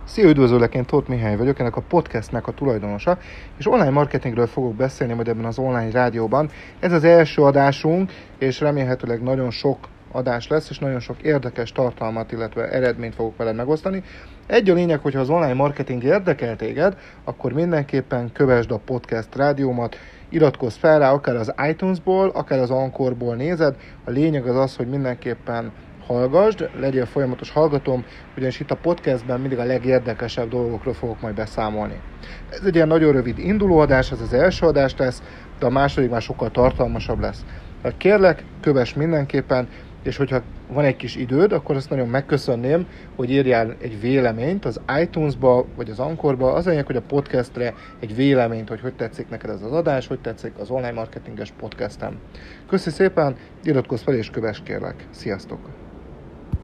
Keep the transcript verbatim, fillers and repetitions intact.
Szia, üdvözöllek, én Tóth Mihály vagyok, ennek a podcastnek a tulajdonosa, és online marketingről fogok beszélni majd ebben az online rádióban. Ez az első adásunk, és remélhetőleg nagyon sok adás lesz, és nagyon sok érdekes tartalmat, illetve eredményt fogok veled megosztani. Egy a lényeg, hogyha az online marketing érdekel téged, akkor mindenképpen kövesd a podcast rádiómat, iratkozz fel rá, akár az iTunes-ból, akár az Anchorból nézed. A lényeg az az, hogy mindenképpen hallgasd, legyél folyamatos hallgatóm, ugyanis itt a podcastben mindig a legérdekesebb dolgokról fogok majd beszámolni. Ez egy ilyen nagyon rövid indulóadás, ez az első adás lesz, de a második már sokkal tartalmasabb lesz. Tehát kérlek, kövess mindenképpen, és hogyha van egy kis időd, akkor azt nagyon megköszönném, hogy írjál egy véleményt az iTunes-ba, vagy az Anchorba. Az a lényeg, hogy a podcastre egy véleményt, hogy hogy tetszik neked ez az adás, hogy tetszik az online marketinges podcastem. Köszi szépen, iratkozz fel és kövess kérlek. Sziasztok!